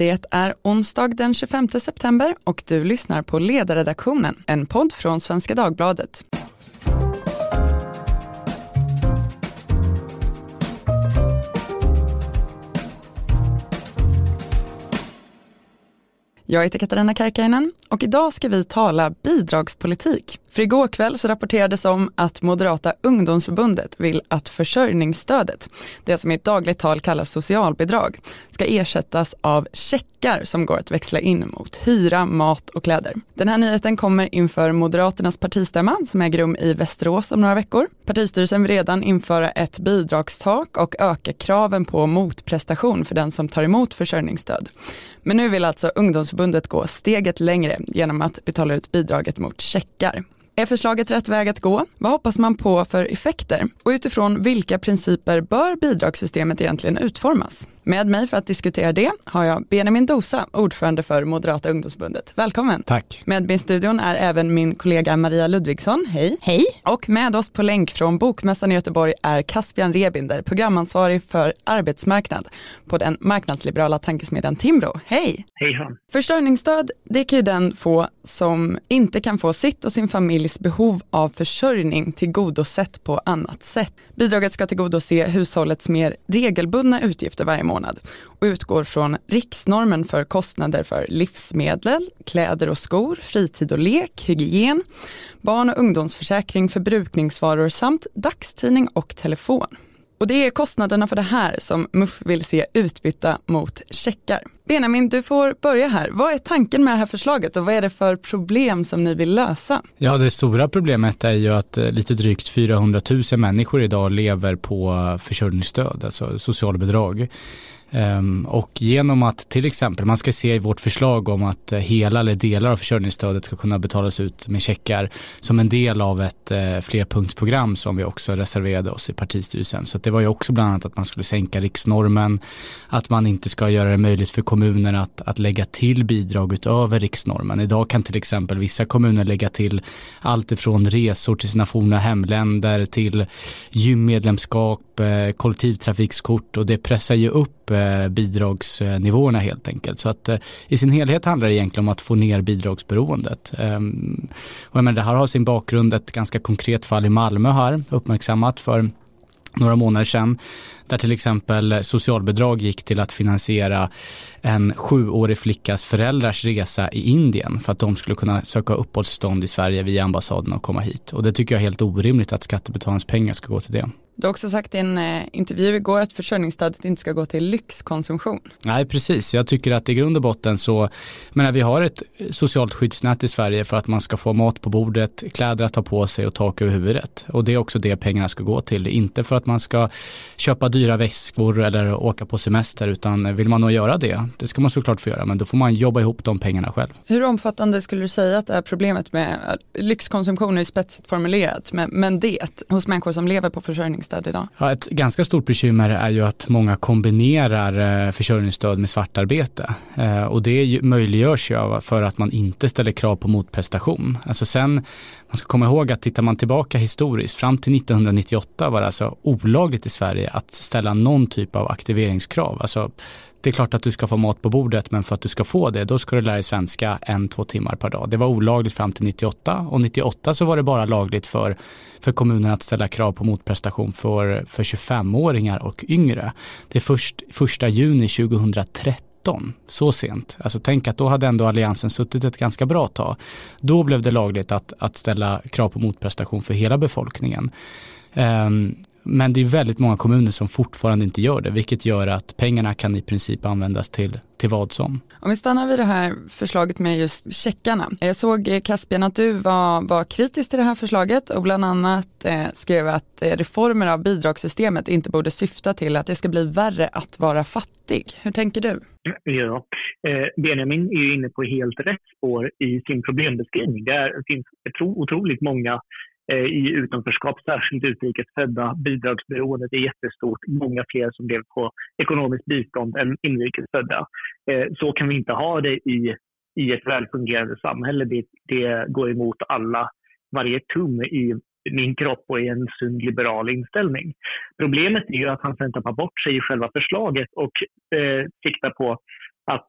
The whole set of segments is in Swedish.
Det är onsdag den 25 september och du lyssnar på Ledarredaktionen, en podd från Svenska Dagbladet. Jag heter Katarina Karkainen och idag ska vi tala bidragspolitik. För igår kväll så rapporterades om att Moderata ungdomsförbundet vill att försörjningsstödet, det som i dagligt tal kallas socialbidrag, ska ersättas av checkar som går att växla in mot hyra, mat och kläder. Den här nyheten kommer inför Moderaternas partistämma som äger rum i Västerås om några veckor. Partistyrelsen vill redan införa ett bidragstak och öka kraven på motprestation för den som tar emot försörjningsstöd. Men nu vill alltså ungdomsförbundet gå steget längre genom att betala ut bidraget mot checkar. Är förslaget rätt väg att gå? Vad hoppas man på för effekter? Och utifrån vilka principer bör bidragssystemet egentligen utformas? Med mig för att diskutera det har jag Benjamin Dosa, ordförande för Moderata ungdomsförbundet. Välkommen. Tack. Med mig i studion är även min kollega Maria Ludvigsson. Hej. Hej. Och med oss på länk från Bokmässan i Göteborg är Caspian Rebinder, programansvarig för arbetsmarknad på den marknadsliberala tankesmedjan Timbro. Hej. Hej. Försörjningsstöd, det kan ju den få som inte kan få sitt och sin familjs behov av försörjning tillgodosett på annat sätt. Bidraget ska tillgodose hushållets mer regelbundna utgifter varje månad och utgår från riksnormen för kostnader för livsmedel, kläder och skor, fritid och lek, hygien, barn- och ungdomsförsäkring, förbrukningsvaror samt dagstidning och telefon. Och det är kostnaderna för det här som MUF vill se utbytta mot checkar. Benjamin, du får börja här. Vad är tanken med det här förslaget och vad är det för problem som ni vill lösa? Ja, det stora problemet är ju att lite drygt 400 000 människor idag lever på försörjningsstöd, alltså socialbidrag. Och genom att till exempel, man ska se i vårt förslag om att hela eller delar av försörjningsstödet ska kunna betalas ut med checkar som en del av ett flerpunktsprogram som vi också reserverade oss i partistyrelsen. Så det var ju också bland annat att man skulle sänka riksnormen, att man inte ska göra det möjligt för kommuner att lägga till bidrag utöver riksnormen. Idag kan till exempel vissa kommuner lägga till allt ifrån resor till sina forna hemländer till gymmedlemskap, kollektivtrafikskort, och det pressar ju upp bidragsnivåerna helt enkelt. Så att i sin helhet handlar det egentligen om att få ner bidragsberoendet. Och jag menar, det här har sin bakgrund, ett ganska konkret fall i Malmö här, uppmärksammat för några månader sedan, där till exempel socialbidrag gick till att finansiera en 7-årig flickas föräldrars resa i Indien för att de skulle kunna söka uppehållstillstånd i Sverige via ambassaden och komma hit. Och det tycker jag är helt orimligt att skattebetalarnas pengar ska gå till det. Du har också sagt i en intervju igår att försörjningsstödet inte ska gå till lyxkonsumtion. Nej, precis. Jag tycker att i grund och botten så, men vi har ett socialt skyddsnät i Sverige för att man ska få mat på bordet, kläder att ta på sig och tak över huvudet. Och det är också det pengarna ska gå till. Inte för att man ska köpa dyra väskor eller åka på semester, utan vill man nog göra det ska man såklart få göra, men då får man jobba ihop de pengarna själv. Hur omfattande skulle du säga att det är problemet med lyxkonsumtion är spetsigt formulerat, men det hos människor som lever på försörjningsstöd idag? Ja, ett ganska stort bekymmer är ju att många kombinerar försörjningsstöd med svartarbete. Och det möjliggörs ju för att man inte ställer krav på motprestation. Alltså sen, man ska komma ihåg att tittar man tillbaka historiskt, fram till 1998 var det alltså olagligt i Sverige att ställa någon typ av aktiveringskrav. Alltså det är klart att du ska få mat på bordet, men för att du ska få det, då ska du lära dig svenska 1-2 timmar per dag. Det var olagligt fram till 98, och 98 så var det bara lagligt för kommunen att ställa krav på motprestation för 25-åringar och yngre. Det är först 1 juni 2013, så sent. Alltså tänk att då hade ändå alliansen suttit ett ganska bra tag. Då blev det lagligt att ställa krav på motprestation för hela befolkningen. Men det är väldigt många kommuner som fortfarande inte gör det, vilket gör att pengarna kan i princip användas till vad som. Om vi stannar vid det här förslaget med just checkarna. Jag såg, Caspian, att du var kritisk till det här förslaget och bland annat skrev att reformer av bidragssystemet inte borde syfta till att det ska bli värre att vara fattig. Hur tänker du? Ja, Benjamin är ju inne på helt rätt spår i sin problembeskrivning. Det finns otroligt många i utanförskap, särskilt utrikes födda. Bidragsberoendet är jättestort. Många fler som lever på ekonomiskt bistånd än inrikes födda. Så kan vi inte ha det i ett välfungerande samhälle. Det går emot varje tum i min kropp och i en sund liberal inställning. Problemet är ju att han sen tappar bort sig i själva förslaget och siktar på att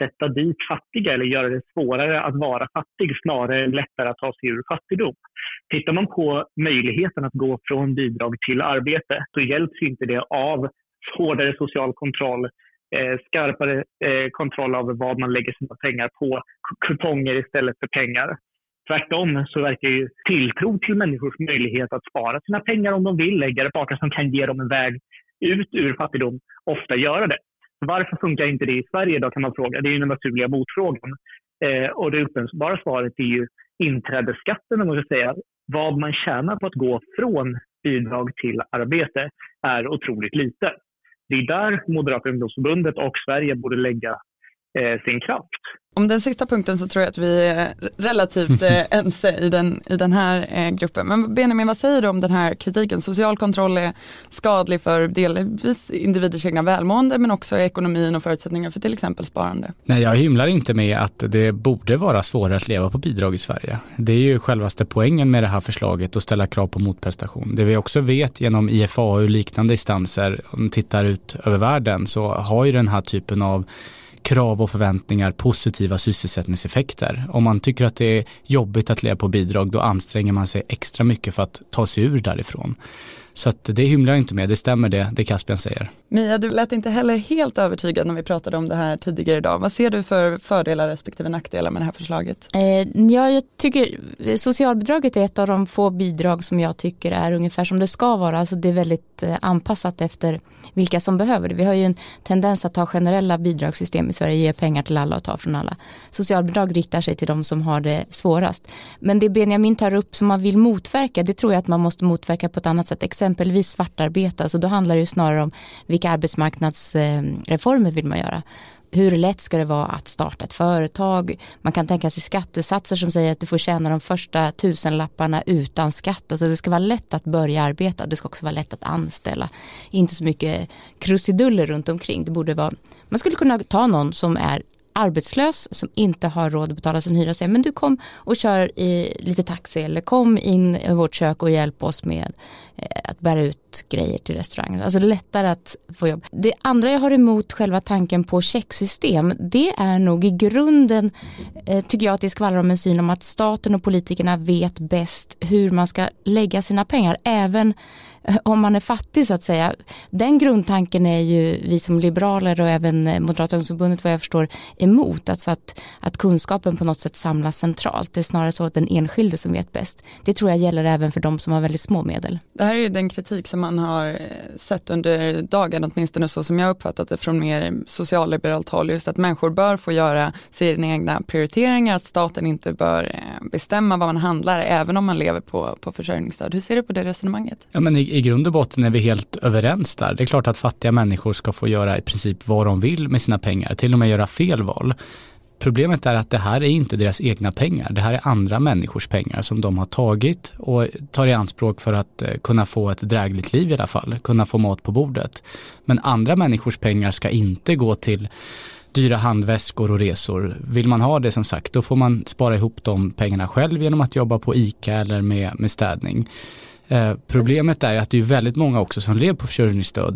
sätta dit fattiga eller göra det svårare att vara fattig, snarare lättare att ta sig ur fattigdom. Tittar man på möjligheten att gå från bidrag till arbete så hjälps inte det av hårdare social kontroll, skarpare kontroll av vad man lägger sina pengar på, kuponger istället för pengar. Tvärtom så verkar ju tilltro till människors möjlighet att spara sina pengar om de vill, lägga det saker som kan ge dem en väg ut ur fattigdom, ofta göra det. Varför funkar inte det i Sverige då, kan man fråga. Det är ju den naturliga motfrågan. Och det uppenbara svaret är ju inträdesskatten, om man ska säga. Vad man tjänar på att gå från bidrag till arbete är otroligt lite. Det är där Moderata ungdomsförbundet och Sverige borde lägga sin kraft. Om den sista punkten så tror jag att vi är relativt ense i den här gruppen. Men Benjamin, vad säger du om den här kritiken? Social kontroll är skadlig för delvis individers egna välmående men också ekonomin och förutsättningar för till exempel sparande. Nej, jag hymlar inte med att det borde vara svårare att leva på bidrag i Sverige. Det är ju självaste poängen med det här förslaget att ställa krav på motprestation. Det vi också vet genom IFAU och liknande instanser, om vi tittar ut över världen, så har ju den här typen av krav och förväntningar positiva sysselsättningseffekter. Om man tycker att det är jobbigt att leva på bidrag, då anstränger man sig extra mycket för att ta sig ur därifrån. Så att det hymlar inte med, det stämmer det Caspian säger. Mia, du lät inte heller helt övertygad när vi pratade om det här tidigare idag. Vad ser du för fördelar respektive nackdelar med det här förslaget? Jag tycker socialbidraget är ett av de få bidrag som jag tycker är ungefär som det ska vara. Alltså det är väldigt anpassat efter vilka som behöver det. Vi har ju en tendens att ha generella bidragssystem i Sverige, ge pengar till alla och ta från alla. Socialbidrag riktar sig till de som har det svårast. Men det Benjamin tar upp som man vill motverka, det tror jag att man måste motverka på ett annat sätt. Exempelvis svartarbete, så då handlar det ju snarare om vilka arbetsmarknadsreformer vill man göra. Hur lätt ska det vara att starta ett företag? Man kan tänka sig skattesatser som säger att du får tjäna de första 1000-lapparna utan skatt. Alltså det ska vara lätt att börja arbeta. Det ska också vara lätt att anställa. Inte så mycket krusiduller runt omkring. Det borde vara, man skulle kunna ta någon som är arbetslös, som inte har råd att betala sin hyra och säga, men du kom och kör i lite taxi eller kom in i vårt kök och hjälp oss med att bära ut grejer till restaurangen. Alltså lättare att få jobb. Det andra jag har emot själva tanken på checksystem, det är nog i grunden, tycker jag att det skvallrar om en syn om att staten och politikerna vet bäst hur man ska lägga sina pengar, även om man är fattig så att säga. Den grundtanken är ju vi som liberaler och även Moderata ungdomsförbundet, vad jag förstår, emot. Alltså att kunskapen på något sätt samlas centralt. Det är snarare så att den enskilde som vet bäst. Det tror jag gäller även för de som har väldigt små medel. Det här är ju den kritik som man har sett under dagen, åtminstone så som jag uppfattat det från mer socialliberalt håll, just att människor bör få göra sina egna prioriteringar, att staten inte bör bestämma vad man handlar även om man lever på försörjningsstöd. Hur ser du på det resonemanget? Ja, men i grund och botten är vi helt överens där. Det är klart att fattiga människor ska få göra i princip vad de vill med sina pengar, till och med göra fel val. Problemet är att det här är inte deras egna pengar. Det här är andra människors pengar som de har tagit och tar i anspråk för att kunna få ett drägligt liv i alla fall. Kunna få mat på bordet. Men andra människors pengar ska inte gå till dyra handväskor och resor. Vill man ha det, som sagt, då får man spara ihop de pengarna själv genom att jobba på ICA eller med städning. Problemet är att det är väldigt många också som lever på försörjningsstöd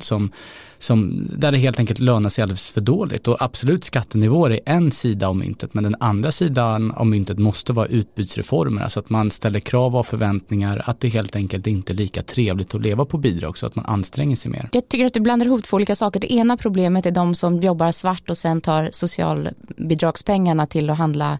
där det helt enkelt lönar sig alldeles för dåligt. Och absolut, skattenivåer är en sida av myntet, men den andra sidan av myntet måste vara utbudsreformer. Alltså att man ställer krav och förväntningar, att det helt enkelt inte är lika trevligt att leva på bidrag, så att man anstränger sig mer. Jag tycker att du blandar ihop två olika saker. Det ena problemet är de som jobbar svart och sen tar socialbidragspengarna till att handla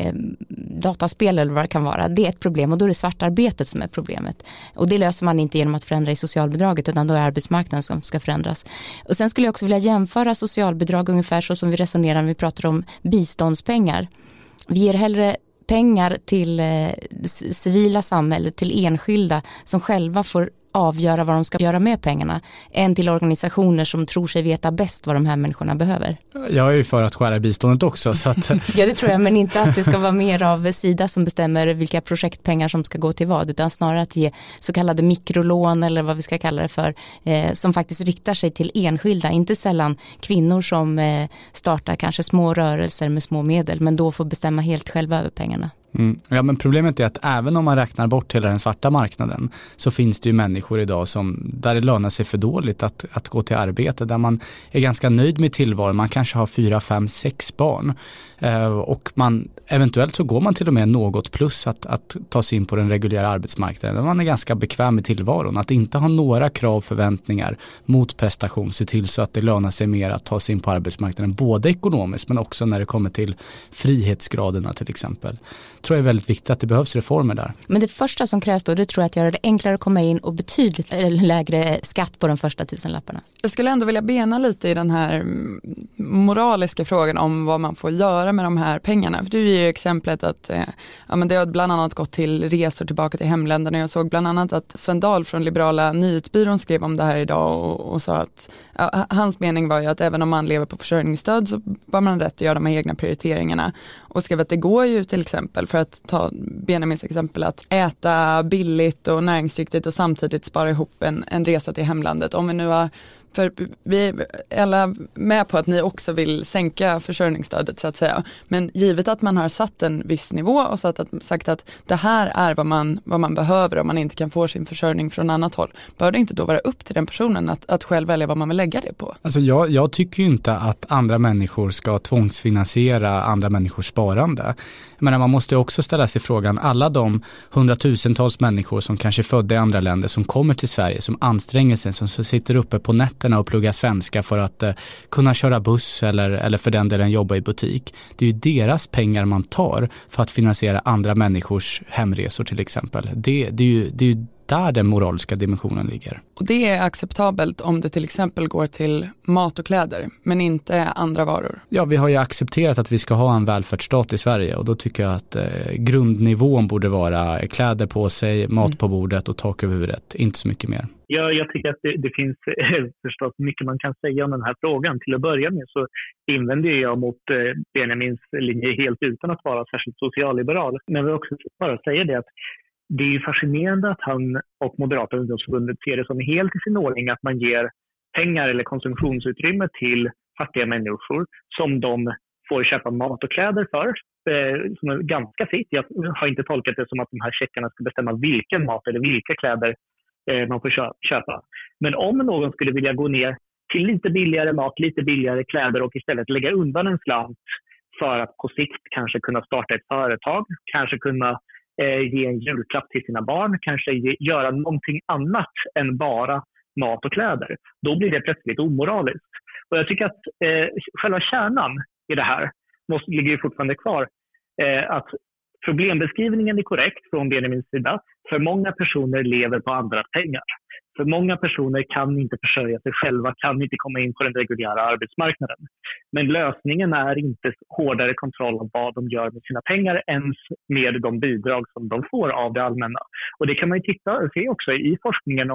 dataspel eller vad det kan vara. Det är ett problem, och då är det svartarbetet som är problemet. Och det löser man inte genom att förändra i socialbidraget, utan då är arbetsmarknaden som ska förändras. Och sen skulle jag också vilja jämföra socialbidrag ungefär så som vi resonerar när vi pratar om biståndspengar. Vi ger hellre pengar till civila samhället, till enskilda som själva får avgöra vad de ska göra med pengarna, än till organisationer som tror sig veta bäst vad de här människorna behöver. Jag är ju för att skära biståndet också. Så att ja, det tror jag, men inte att det ska vara mer av Sida som bestämmer vilka projektpengar som ska gå till vad, utan snarare att ge så kallade mikrolån eller vad vi ska kalla det för, som faktiskt riktar sig till enskilda, inte sällan kvinnor som startar kanske små rörelser med små medel, men då får bestämma helt själva över pengarna. Ja, men problemet är att även om man räknar bort hela den svarta marknaden så finns det ju människor idag där det lönar sig för dåligt att gå till arbete, där man är ganska nöjd med tillvaron. Man kanske har 4, 5, 6 barn och eventuellt så går man till och med något plus att ta sig in på den reguljära arbetsmarknaden. Man är ganska bekväm med tillvaron. Att inte ha några krav, förväntningar mot prestation, se till så att det lönar sig mer att ta sig in på arbetsmarknaden, både ekonomiskt men också när det kommer till frihetsgraderna till exempel. Tror jag är väldigt viktigt att det behövs reformer där. Men det första som krävs då, det tror jag att göra det enklare att komma in och betydligt lägre skatt på de första 1000-lapparna. Jag skulle ändå vilja bena lite i den här moraliska frågan om vad man får göra med de här pengarna. För du ger ju exemplet att men det har bland annat gått till resor tillbaka till hemländerna. Jag såg bland annat att Sven Dahl från Liberala nyhetsbyrån skrev om det här idag och sa att hans mening var ju att även om man lever på försörjningsstöd så bör man rätt att göra de här egna prioriteringarna. Och skrev att det går ju till exempel, för att ta Benjamins exempel, att äta billigt och näringsriktigt och samtidigt spara ihop en resa till hemlandet. Om vi nu har, för vi är alla med på att ni också vill sänka försörjningsstödet så att säga. Men givet att man har satt en viss nivå och sagt att det här är vad man behöver om man inte kan få sin försörjning från annat håll. Bör det inte då vara upp till den personen att själv välja vad man vill lägga det på? Alltså jag tycker ju inte att andra människor ska tvångsfinansiera andra människors sparande. Men man måste också ställa sig frågan, alla de hundratusentals människor som kanske är födda i andra länder, som kommer till Sverige, som anstränger sig, som sitter uppe på nätterna och pluggar svenska för att kunna köra buss eller för den delen jobba i butik. Det är ju deras pengar man tar för att finansiera andra människors hemresor till exempel. Det är ju där den moraliska dimensionen ligger. Och det är acceptabelt om det till exempel går till mat och kläder, men inte andra varor? Ja, vi har ju accepterat att vi ska ha en välfärdsstat i Sverige och då tycker jag att grundnivån borde vara kläder på sig, mat på bordet och tak över huvudet, inte så mycket mer. Ja, jag tycker att det finns förstås mycket man kan säga om den här frågan. Till att börja med så invänder jag mot Benjamins linje helt utan att vara särskilt socialliberal. Men jag vill också bara säga det att det är fascinerande att han och Moderata ungdomsförbundet ser det som helt i sin ordning att man ger pengar eller konsumtionsutrymme till fattiga människor som de får köpa mat och kläder för. Som är ganska fritt. Jag har inte tolkat det som att de här checkarna ska bestämma vilken mat eller vilka kläder man får köpa. Men om någon skulle vilja gå ner till lite billigare mat, lite billigare kläder och istället lägga undan en slant för att på sikt kanske kunna starta ett företag, kanske kunna ge en julklapp till sina barn, kanske göra någonting annat än bara mat och kläder. Då blir det plötsligt omoraliskt. Och jag tycker att själva kärnan i det här ligger ju fortfarande kvar. Att problembeskrivningen är korrekt från Benjamins sida. För många personer lever på andras pengar. För många personer kan inte försörja sig själva, kan inte komma in på den reguljära arbetsmarknaden. Men lösningen är inte hårdare kontroll av vad de gör med sina pengar ens med de bidrag som de får av det allmänna. Och det kan man ju se också i forskningen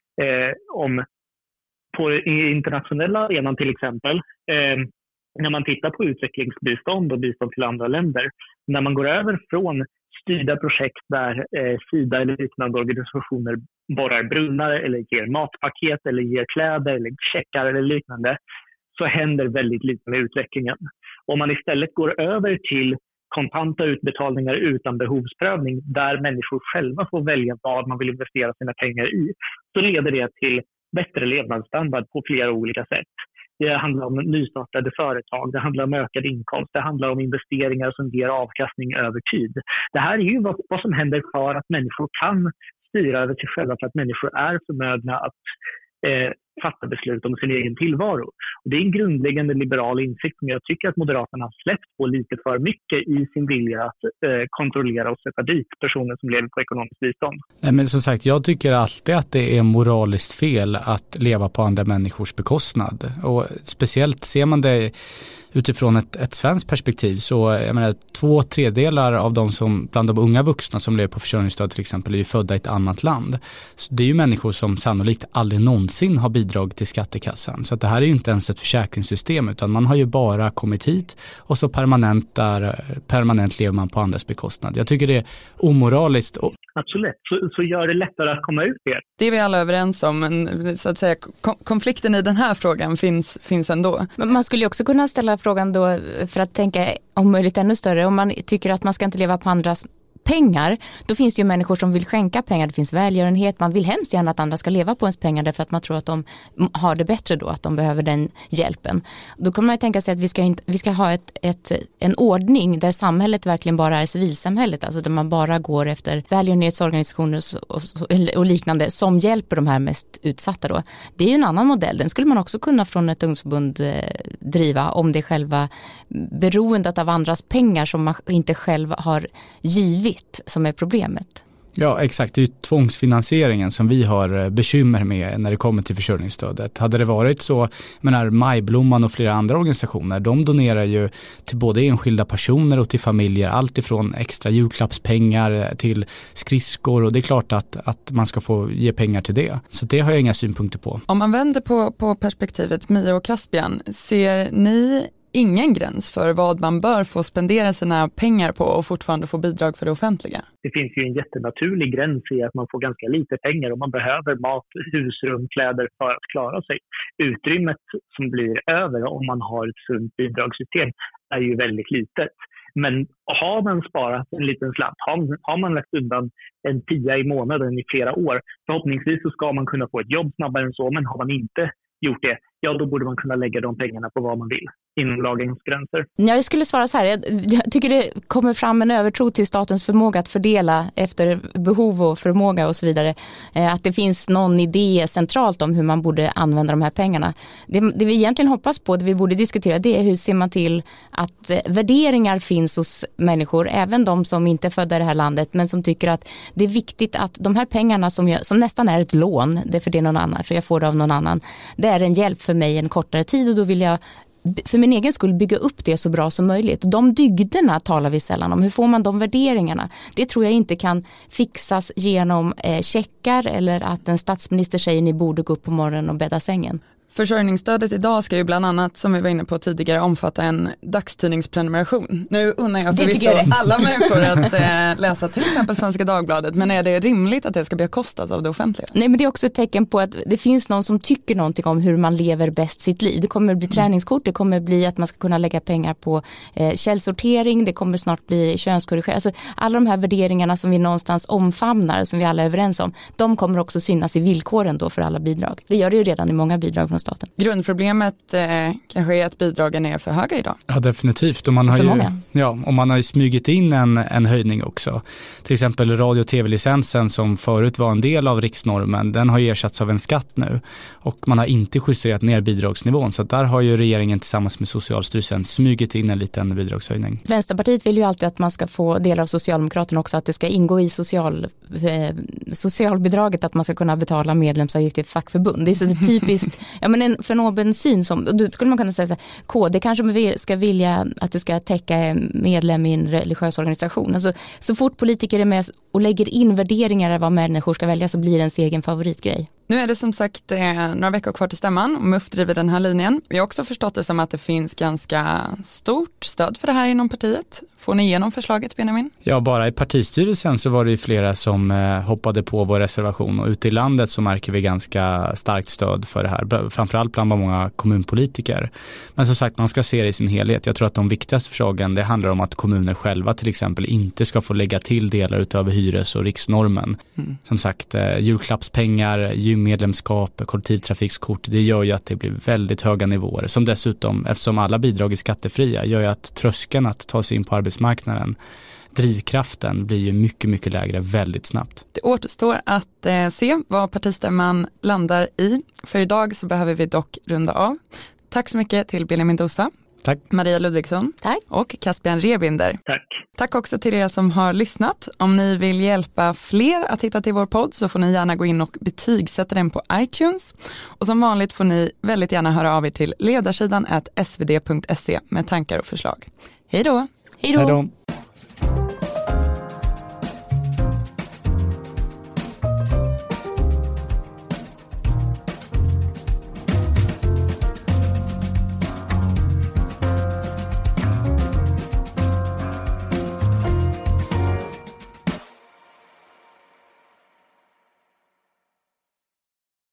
om på internationella arenan till exempel. När man tittar på utvecklingsbistånd och bistånd till andra länder, när man går över från styrda projekt där Sida eller liknande organisationer borrar brunnar eller ger matpaket eller ger kläder eller checkar eller liknande, så händer väldigt lite med utvecklingen. Om man istället går över till kontanta utbetalningar utan behovsprövning där människor själva får välja vad man vill investera sina pengar i, så leder det till bättre levnadsstandard på flera olika sätt. Det handlar om nystartade företag, det handlar om ökad inkomst, det handlar om investeringar som ger avkastning över tid. Det här är ju vad som händer för att människor kan styra över sig själva, för att människor är förmögna att fatta beslut om sin egen tillvaro. Och det är en grundläggande liberal insikt som jag tycker att Moderaterna har släppt på lite för mycket i sin vilja att kontrollera och sätta dit personer som lever på ekonomiskt bistånd. Nej, men som sagt, jag tycker alltid att det är moraliskt fel att leva på andra människors bekostnad. Och speciellt ser man det utifrån ett svenskt perspektiv, så jag menar 2/3 av de som, bland de unga vuxna som lever på försörjningsstöd till exempel, är ju födda i ett annat land. Så det är ju människor som sannolikt aldrig någonsin har bidragit bidrag till skattekassan. Så att det här är ju inte ens ett försäkringssystem, utan man har ju bara kommit hit och så permanent lever man på andras bekostnad. Jag tycker det är omoraliskt. Absolut, så gör det lättare att komma ut det. Det är vi alla överens om, men så att säga, konflikten i den här frågan finns ändå. Men man skulle ju också kunna ställa frågan då, för att tänka om möjligt ännu större, om man tycker att man ska inte leva på andras pengar, då finns det ju människor som vill skänka pengar, det finns välgörenhet, man vill hemskt gärna att andra ska leva på ens pengar därför att man tror att de har det bättre då, att de behöver den hjälpen. Då kommer man ju tänka sig att vi ska ha en ordning där samhället verkligen bara är civilsamhället, alltså där man bara går efter välgörenhetsorganisationer och liknande som hjälper de här mest utsatta då. Det är ju en annan modell, den skulle man också kunna från ett ungdomsförbund driva om det själva beroendet av andras pengar som man inte själv har givit som är problemet. Ja, exakt. Det är ju tvångsfinansieringen som vi har bekymmer med när det kommer till försörjningsstödet. Hade det varit så, Majblomman och flera andra organisationer, de donerar ju till både enskilda personer och till familjer, allt ifrån extra julklappspengar till skridskor, och det är klart att man ska få ge pengar till det. Så det har jag inga synpunkter på. Om man vänder på perspektivet, Mia och Caspian, ser ni ingen gräns för vad man bör få spendera sina pengar på och fortfarande få bidrag för det offentliga? Det finns ju en jättenaturlig gräns i att man får ganska lite pengar och man behöver mat, husrum, kläder för att klara sig. Utrymmet som blir över om man har ett sunt bidragssystem är ju väldigt litet. Men har man sparat en liten slant, har man lagt undan en 10 i månaden i flera år, förhoppningsvis så ska man kunna få ett jobb snabbare än så, men har man inte gjort det, ja då borde man kunna lägga de pengarna på vad man vill inom lagens gränser. Jag skulle svara så här, jag tycker det kommer fram en övertro till statens förmåga att fördela efter behov och förmåga och så vidare. Att det finns någon idé centralt om hur man borde använda de här pengarna. Det vi egentligen hoppas på, det vi borde diskutera, det är hur ser man till att värderingar finns hos människor, även de som inte är födda i det här landet, men som tycker att det är viktigt att de här pengarna som nästan är ett lån, det är för det någon annan, för jag får det av någon annan, det är en hjälp för mig en kortare tid och då vill jag för min egen skull bygga upp det så bra som möjligt. De dygderna talar vi sällan om. Hur får man de värderingarna? Det tror jag inte kan fixas genom checkar eller att en statsminister säger ni borde gå upp på morgonen och bädda sängen. Försörjningsstödet idag ska ju bland annat, som vi var inne på tidigare, omfatta en dagstidningsprenumeration. Nu undrar jag förvisso alla människor att läsa till exempel Svenska Dagbladet, men är det rimligt att det ska bekostas av det offentliga? Nej, men det är också ett tecken på att det finns någon som tycker någonting om hur man lever bäst sitt liv. Det kommer bli träningskort, det kommer bli att man ska kunna lägga pengar på källsortering, det kommer snart bli könskorrigering. Alltså, alla de här värderingarna som vi någonstans omfamnar, som vi alla är överens om, de kommer också synas i villkoren då för alla bidrag. Det gör det ju redan i många bidrag från staten. Grundproblemet kanske är att bidragen är för höga idag. Ja, definitivt. Och man har ju smugit in en höjning också. Till exempel radio- och tv-licensen som förut var en del av riksnormen, den har ju ersatts av en skatt nu. Och man har inte justerat ner bidragsnivån. Så där har ju regeringen tillsammans med Socialstyrelsen smugit in en liten bidragshöjning. Vänsterpartiet vill ju alltid att man ska få delar av Socialdemokraterna också, att det ska ingå i socialbidraget att man ska kunna betala medlemsavgift i ett fackförbund. Det är så typiskt, en fenomenssyn som, då skulle man kunna säga så här, KD kanske ska vilja att det ska täcka medlem i en religiös organisation. Alltså, så fort politiker är med och lägger in värderingar av vad människor ska välja så blir det ens egen favoritgrej. Nu är det som sagt några veckor kvar till stämman och MUF driver den här linjen. Vi har också förstått det som att det finns ganska stort stöd för det här inom partiet. Får ni igenom förslaget, Benjamin? Ja, bara i partistyrelsen så var det ju flera som hoppade på vår reservation och ute i landet så märker vi ganska starkt stöd för det här. Framförallt bland många kommunpolitiker. Men som sagt, man ska se det i sin helhet. Jag tror att de viktigaste förslagen, det handlar om att kommuner själva till exempel inte ska få lägga till delar utöver hyres- och riksnormen. Som sagt, julklappspengar, gymedlemskap, kollektivtrafikskort, det gör ju att det blir väldigt höga nivåer. Som dessutom, eftersom alla bidrag är skattefria, gör ju att tröskeln att ta sig in på arbetsmarknaden, drivkraften blir ju mycket, mycket lägre väldigt snabbt. Det återstår att se vad partistämman landar i. För idag så behöver vi dock runda av. Tack så mycket till Benjamin Dousa. Tack. Maria Ludvigsson. Tack. Och Caspian Rebinder. Tack. Tack också till er som har lyssnat. Om ni vill hjälpa fler att hitta till vår podd så får ni gärna gå in och betygsätta den på iTunes. Och som vanligt får ni väldigt gärna höra av er till ledarsidan @svd.se med tankar och förslag. Hej då! Hej då!